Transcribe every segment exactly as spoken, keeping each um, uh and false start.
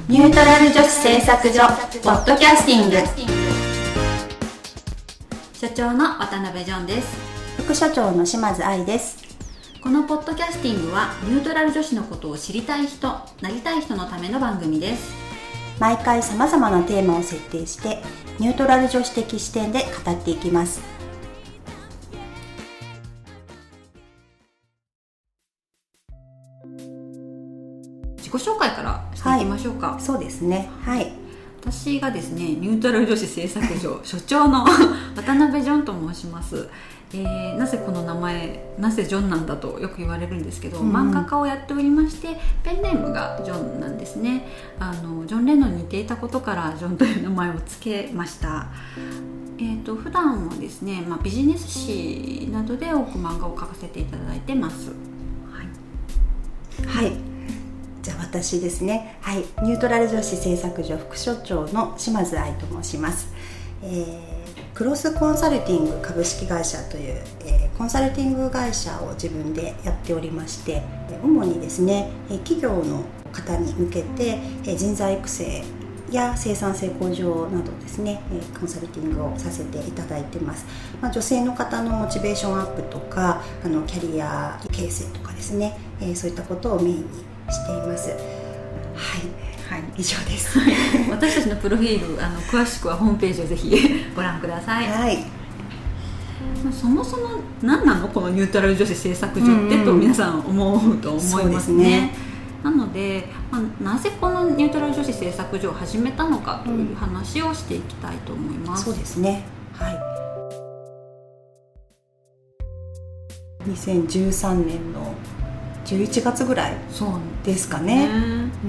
ニュートラル女子製作所ポッドキャスティング、社長の渡辺ジョンです。 副社長の島津愛です。 このポッドキャスティングはニュートラル女子のことを知りたい人、なりたい人のための番組です。 毎回さまざまなテーマを設定してニュートラル女子的視点で語っていきます。 自己紹介からしていきましょうか。 はい、そうですね。はい。 私がですね、ニュートラル女子製作所所長の渡辺ジョンと申します。えー、なぜこの名前、なぜジョンなんだとよく言われるんですけど、うん、漫画家をやっておりまして、ペンネームがジョンなんですね。あのジョン・レノンに似ていたことからジョンという名前を付けました。えー、と普段はですね、まあ、ビジネス誌などで多く漫画を描かせていただいてます。 はい、はい、じゃあ私ですね。はい、ニュートラル女子製作所副所長の島津愛と申します。えークロスコンサルティング株式会社という、えー、コンサルティング会社を自分でやっておりまして、主にですね、企業の方に向けて人材育成や生産性向上などですね、コンサルティングをさせていただいてます。まあ、女性の方のモチベーションアップとか、あのキャリア形成とかですね、えー、そういったことをメインにしています。はいはい、以上です。 私たちのプロフィール、あの詳しくはホームページをぜひご覧ください。 はい、 そもそも何なのこのニュートラル女子製作所って、うんうん、と皆さん思うと思いますね。なので、まあ、なぜこのニュートラル女子製作所を始めたのかという話をしていきたいと思います。 そうですね。はい。にせんじゅうさんねんのじゅういちがつぐらいですかね。そうですね。うん。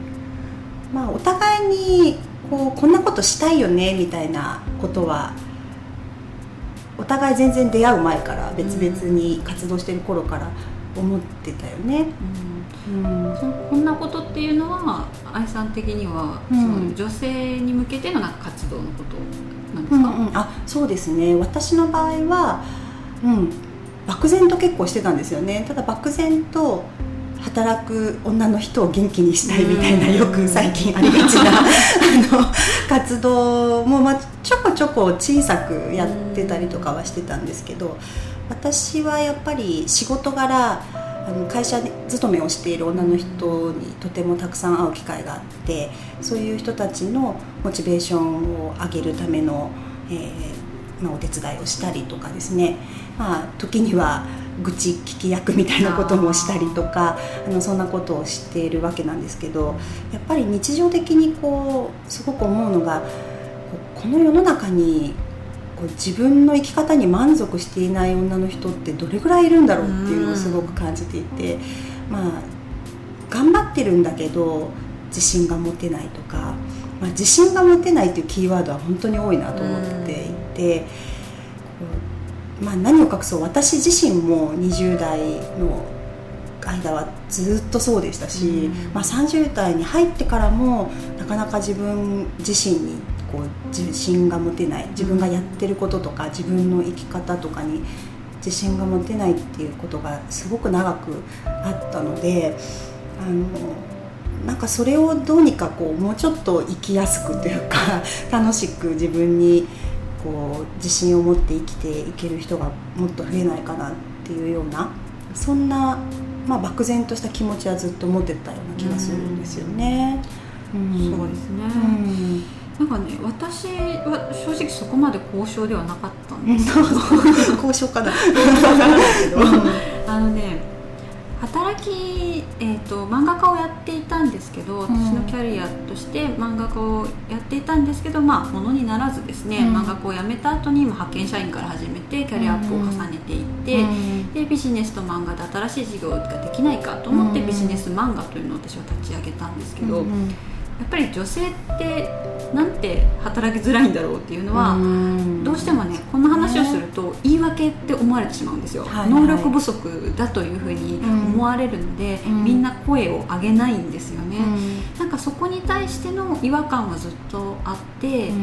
まあ、お互いにこうこんなことしたいよねみたいなことはお互い全然出会う前から別々に活動してる頃から思ってたよね。 うんうん、そこんなことっていうのは愛さん的には、うん、その女性に向けてのなんか活動のことなんですか？ うんうん、あ、そうですね。私の場合は、うん、漠然と結構してたんですよね。ただ漠然と働く女の人を元気にしたいみたいな、よく最近ありがちなあの活動も、まあ、ちょこちょこ小さくやってたりとかはしてたんですけど、私はやっぱり仕事柄あの会社勤めをしている女の人にとてもたくさん会う機会があって、そういう人たちのモチベーションを上げるための、えーまあ、お手伝いをしたりとかですね、まあ、時には愚痴聞き役みたいなこともしたりとか、あのそんなことをしているわけなんですけど、やっぱり日常的にこうすごく思うのが、この世の中にこう自分の生き方に満足していない女の人ってどれぐらいいるんだろうっていうのをすごく感じていて、まあ、頑張ってるんだけど自信が持てないとか、まあ、自信が持てないというキーワードは本当に多いなと思っていて、まあ、何を隠そう、私自身もにじゅう代の間はずっとそうでしたし、うんまあ、さんじゅう代に入ってからもなかなか自分自身にこう自信が持てない、自分がやってることとか自分の生き方とかに自信が持てないっていうことがすごく長くあったので、あのなんかそれをどうにかこうもうちょっと生きやすくというか楽しく自分にこう自信を持って生きていける人がもっと増えないかなっていうような、そんな、まあ、漠然とした気持ちはずっと持ってたような気がするんですよね。 うんうん、そうですね。うんなんかね、私は正直そこまで高尚ではなかったんですけど高尚かなあのね、働き、えーと、漫画家をやっていたんですけど、私のキャリアとして漫画家をやっていたんですけど、まあ、ものにならずですね、うん、漫画家を辞めた後に派遣社員から始めてキャリアアップを重ねていって、うん、でビジネスと漫画で新しい事業ができないかと思って、うん、ビジネス漫画というのを私は立ち上げたんですけど、うんやっぱり女性ってなんて働きづらいんだろうっていうのは、うどうしてもねこんな話をすると言い訳って思われてしまうんですよ、はいはい、能力不足だというふうに思われるので、うん、みんな声を上げないんですよね、うん、なんかそこに対しての違和感はずっとあって、うん、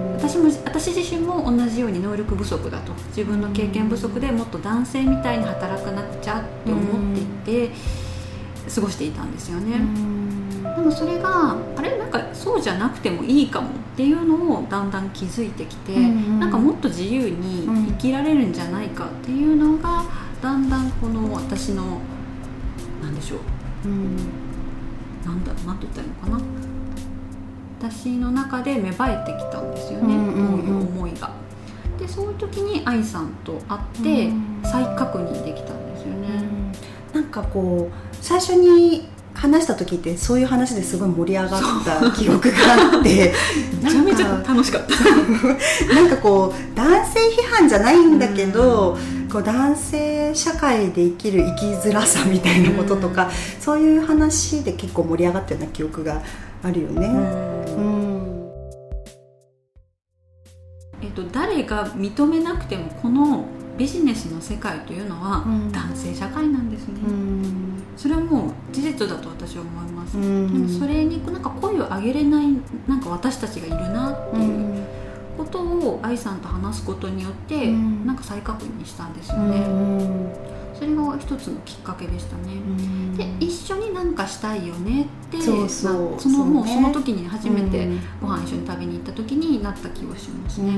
私も私自身も同じように能力不足だと、自分の経験不足でもっと男性みたいに働かなくちゃって思っていて過ごしていたんですよね、うんでもそれがあれなんかそうじゃなくてもいいかもっていうのをだんだん気づいてきて、うんうん、なんかもっと自由に生きられるんじゃないかっていうのがだんだんこの私のなんでしょう、うん、なんだなんて言ったらいいのかな、私の中で芽生えてきたんですよね、うんうんうん、こういう思いが。でそういう時に愛さんと会って再確認できたんですよね、 うん、なんかこう最初に話した時ってそういう話ですごい盛り上がった記憶があってめちゃめちゃ楽しかったなんかこう男性批判じゃないんだけど、うん、こう男性社会で生きる生きづらさみたいなこととか、うん、そういう話で結構盛り上がったような記憶があるよね、うんうんえっと、誰が認めなくてもこのビジネスの世界というのは男性社会なんですね、うん、それはもう事実だと私は思います、うん、でもそれになんか声を上げれないなんか私たちがいるなっていうことを愛さんと話すことによってなんか再確認したんですよね、うん、それが一つのきっかけでしたね、うん、で一緒になんかしたいよねってそうそう、まあ、そのもうその時に初めてご飯一緒に食べに行った時になった気はしますね、うん、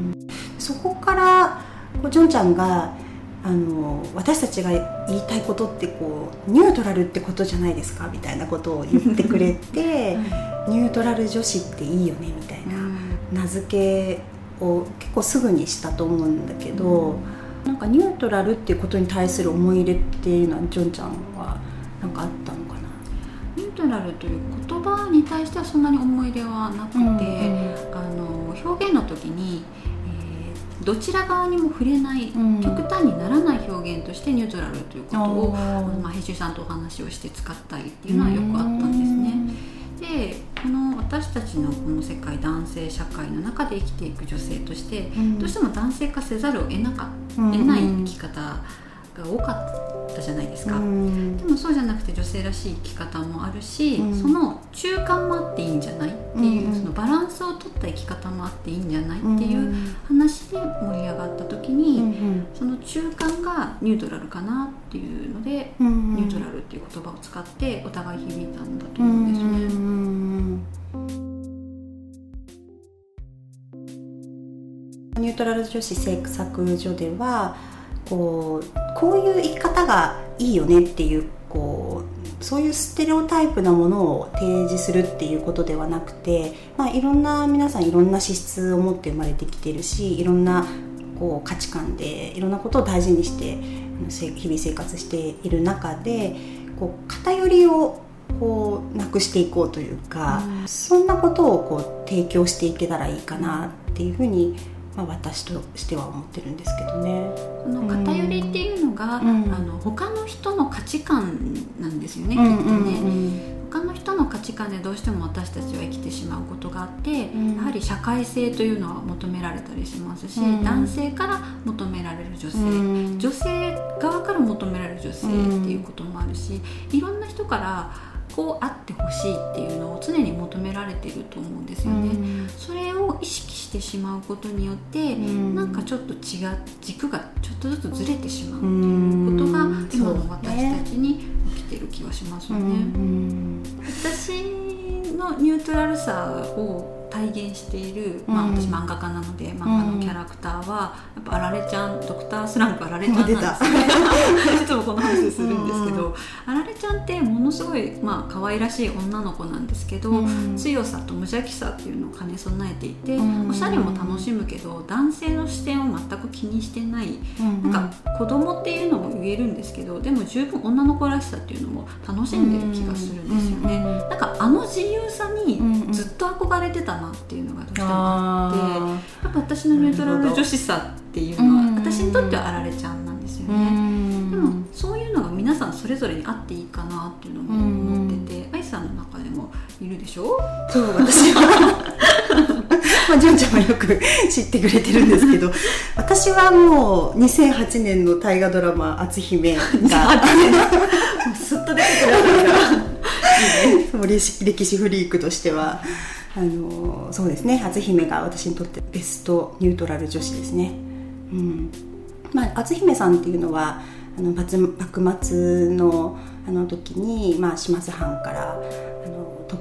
そこからジョンちゃんがあの私たちが言いたいことってこうニュートラルってことじゃないですかみたいなことを言ってくれて、うん、ニュートラル女子っていいよねみたいな名付けを結構すぐにしたと思うんだけど、うん、なんかニュートラルっていうことに対する思い入れっていうのはジョンちゃんはなんかあったのかな。 ニュートラルという言葉に対してはそんなに思い入れはなくて、うんうん、あの表現の時にどちら側にも触れない、うん、極端にならない表現としてニュートラルということを、まあ、編集さんとお話をして使ったりっていうのはよくあったんですね。でこの私たちのこの世界男性社会の中で生きていく女性として、うん、どうしても男性化せざるを得なか、うん、得ない生き方が多かったじゃないですか、うん、でもそうじゃなくて女性らしい生き方もあるし、うん、その中間もあっていいんじゃないっていう、うん、そのバランスを取った生き方もあっていいんじゃないっていう話で盛り上がった時に、うん、その中間がニュートラルかなっていうので、うん、ニュートラルっていう言葉を使ってお互い響いたんだと思うんですね、 うん、ニュートラル女子製作所ではこう、こういう生き方がいいよねっていう、こうそういうステレオタイプなものを提示するっていうことではなくて、まあ、いろんな皆さんいろんな資質を持って生まれてきてるし、いろんなこう価値観でいろんなことを大事にして日々生活している中で、こう偏りをこうなくしていこうというか、うん、そんなことをこう提供していけたらいいかなっていうふうに、まあ、私としては思ってるんですけどね。 その偏りっていうのが、うん、あの他の人の価値観なんですよね、うん、きっとね、うんうんうん、他の人の価値観でどうしても私たちは生きてしまうことがあって、うん、やはり社会性というのは求められたりしますし、うん、男性から求められる女性、うん、女性側から求められる女性っていうこともあるし、いろんな人からこうあってほしいっていうのを常に求められていると思うんですよね、うん、それを意識してしまうことによって、うん、なんかちょっと違う軸がちょっとずつずれてしまうということが、うん、今の私たちに起きている気はしますよね、うん、私のニュートラルさを体現している、まあ、私漫画家なので、うん、漫画のキャラクターはやっぱあられちゃん、ドクタースランプあられちゃんなんですねいつもこの話するんですけど、うん、あられちゃんってものすごい、まあ可愛らしい女の子なんですけど、うん、強さと無邪気さっていうのを兼ね備えていて、うん、おしゃれも楽しむけど男性の視点を全く気にしてない、うん、なんか子供っていうのも言えるんですけど、でも十分女の子らしさっていうのも楽しんでる気がするんですよね、うん、なんかあの自由さにずっと憧れてたなっていうのがどうしてもあって、やっぱ私のニュートラル女子さっていうのは私にとってはあられちゃんなんですよね。でもそういうのが皆さんそれぞれにあっていいかなっていうのも思ってて、愛さんの中でもいるでしょ。 そう私はまあジョンちゃんはよく知ってくれてるんですけど、私はもうにせんはちねんの大河ドラマ篤姫がすっと出てくるわけがいいね。 そう歴史フリークとしてはあのそうですね、篤姫が私にとってベストニュートラル女子ですね、うんまあ、篤姫さんっていうのはあの幕末のあの時に、まあ、島津藩からあの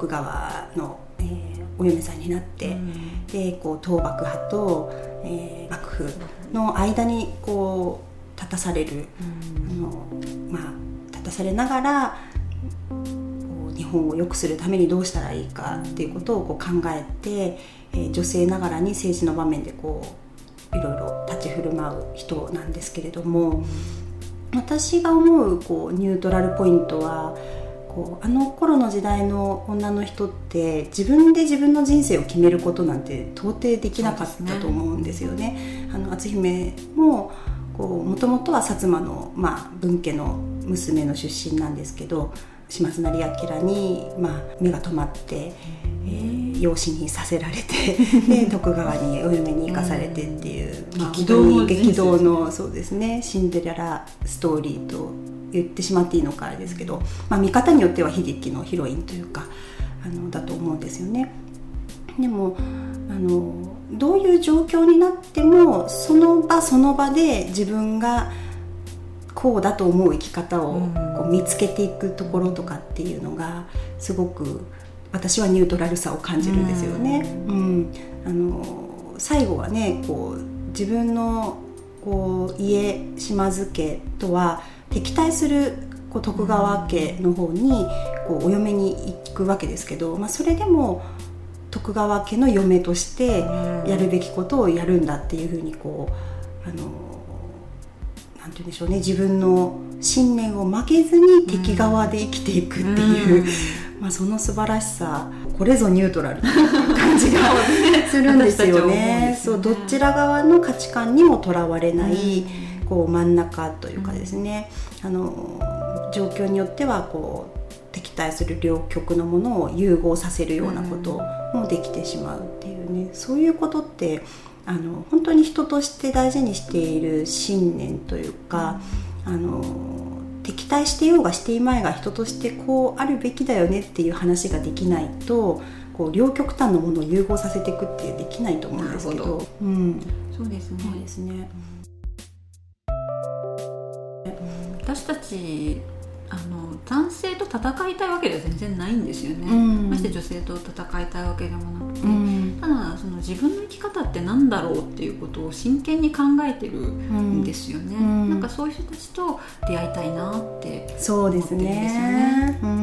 徳川の、えー、お嫁さんになって、うん、でこう倒幕派と、えー、幕府の間にこう立たされる、うん、あのまあ、立たされながら日本を良くするためにどうしたらいいかっていうことをこう考えて、えー、女性ながらに政治の場面でこういろいろ立ち振る舞う人なんですけれども、私が思う、こうニュートラルポイントは、こうあの頃の時代の女の人って自分で自分の人生を決めることなんて到底できなかったと思うんですよね。あの篤姫ももともとは薩摩の、まあ、分家の娘の出身なんですけど、島津斉彬に、まあ、目が留まって、えー、養子にさせられてで徳川にお嫁に行かされてっていう、まあ、激動の激動のそうですね、シンデレラストーリーと言ってしまっていいのかあれですけど、まあ、見方によっては悲劇のヒロインというかあのだと思うんですよね。でもあのどういう状況になってもその場その場で自分がこうだと思う生き方をこう見つけていくところとかっていうのがすごく私はニュートラルさを感じるんですよね。うん、あの最後はね、こう自分のこう家島津家とは敵対するこう徳川家の方にこうお嫁に行くわけですけど、まあ、それでも徳川家の嫁としてやるべきことをやるんだっていうふうにこうあのなんて言うんでしょうね、自分の信念を負けずに敵側で生きていくっていう、うんまあ、その素晴らしさ、これぞニュートラルな感じがするんですよね。そう、どちら側の価値観にもとらわれない、うん、こう真ん中というかですね、うん、あの状況によってはこう敵対する両極のものを融合させるようなこともできてしまうっていうね、そういうことってあの本当に人として大事にしている信念というか、あの敵対してようがしていまいが人としてこうあるべきだよねっていう話ができないと、こう両極端のものを融合させていくってできないと思うんですけど、うん、 そうですね。 そうですね。 私たちあの男性と戦いたいわけでは全然ないんですよね、うん、まして女性と戦いたいわけでもなくて、うん、ただその自分の生き方って何だろうっていうことを真剣に考えてるんですよね、うん、なんかそういう人たちと出会いたいなって思ってるんですよね。そうですね、 うん、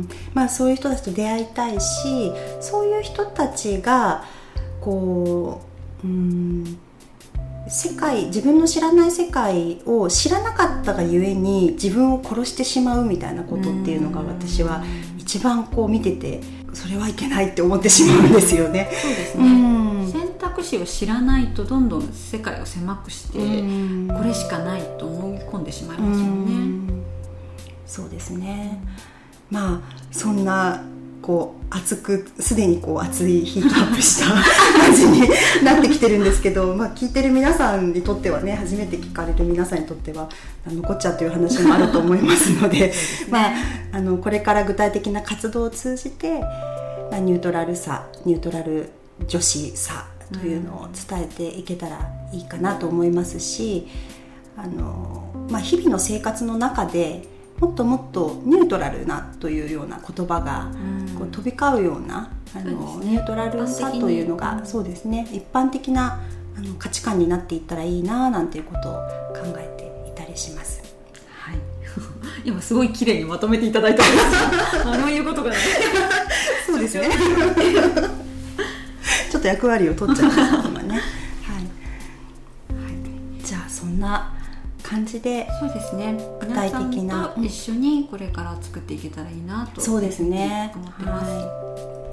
まあ、そういう人たちと出会いたいし、そういう人たちがこう、うん世界自分の知らない世界を知らなかったがゆえに自分を殺してしまうみたいなことっていうのが私は一番こう見てて、それはいけないって思ってしまうんですよね。 そうですね、うん、選択肢を知らないとどんどん世界を狭くしてこれしかないと思い込んでしまいますよね。うん、 そうですね。まあそんなこう熱くすでにこう熱いヒートアップした感じになってきてるんですけど、まあ、聞いてる皆さんにとってはね、初めて聞かれる皆さんにとっては残っちゃうという話もあると思いますの で, で、ねまあ、あのこれから具体的な活動を通じて、まあ、ニュートラルさニュートラル女子さというのを伝えていけたらいいかなと思いますし、あの、まあ、日々の生活の中でもっともっとニュートラルなというような言葉がこう飛び交うような、あの、ね、ニュートラルさというのがそうですね、一般的なあの価値観になっていったらいいななんていうことを考えていたりします。 はい、今すごい綺麗にまとめていただいたんですあのいうことがないそうですねちょっと役割を取っちゃった今ね、はいはい、じゃあそんな感じで、 そうですね、 具体的な皆さんと一緒にこれから作っていけたらいいなとそうですね思ってます。 はい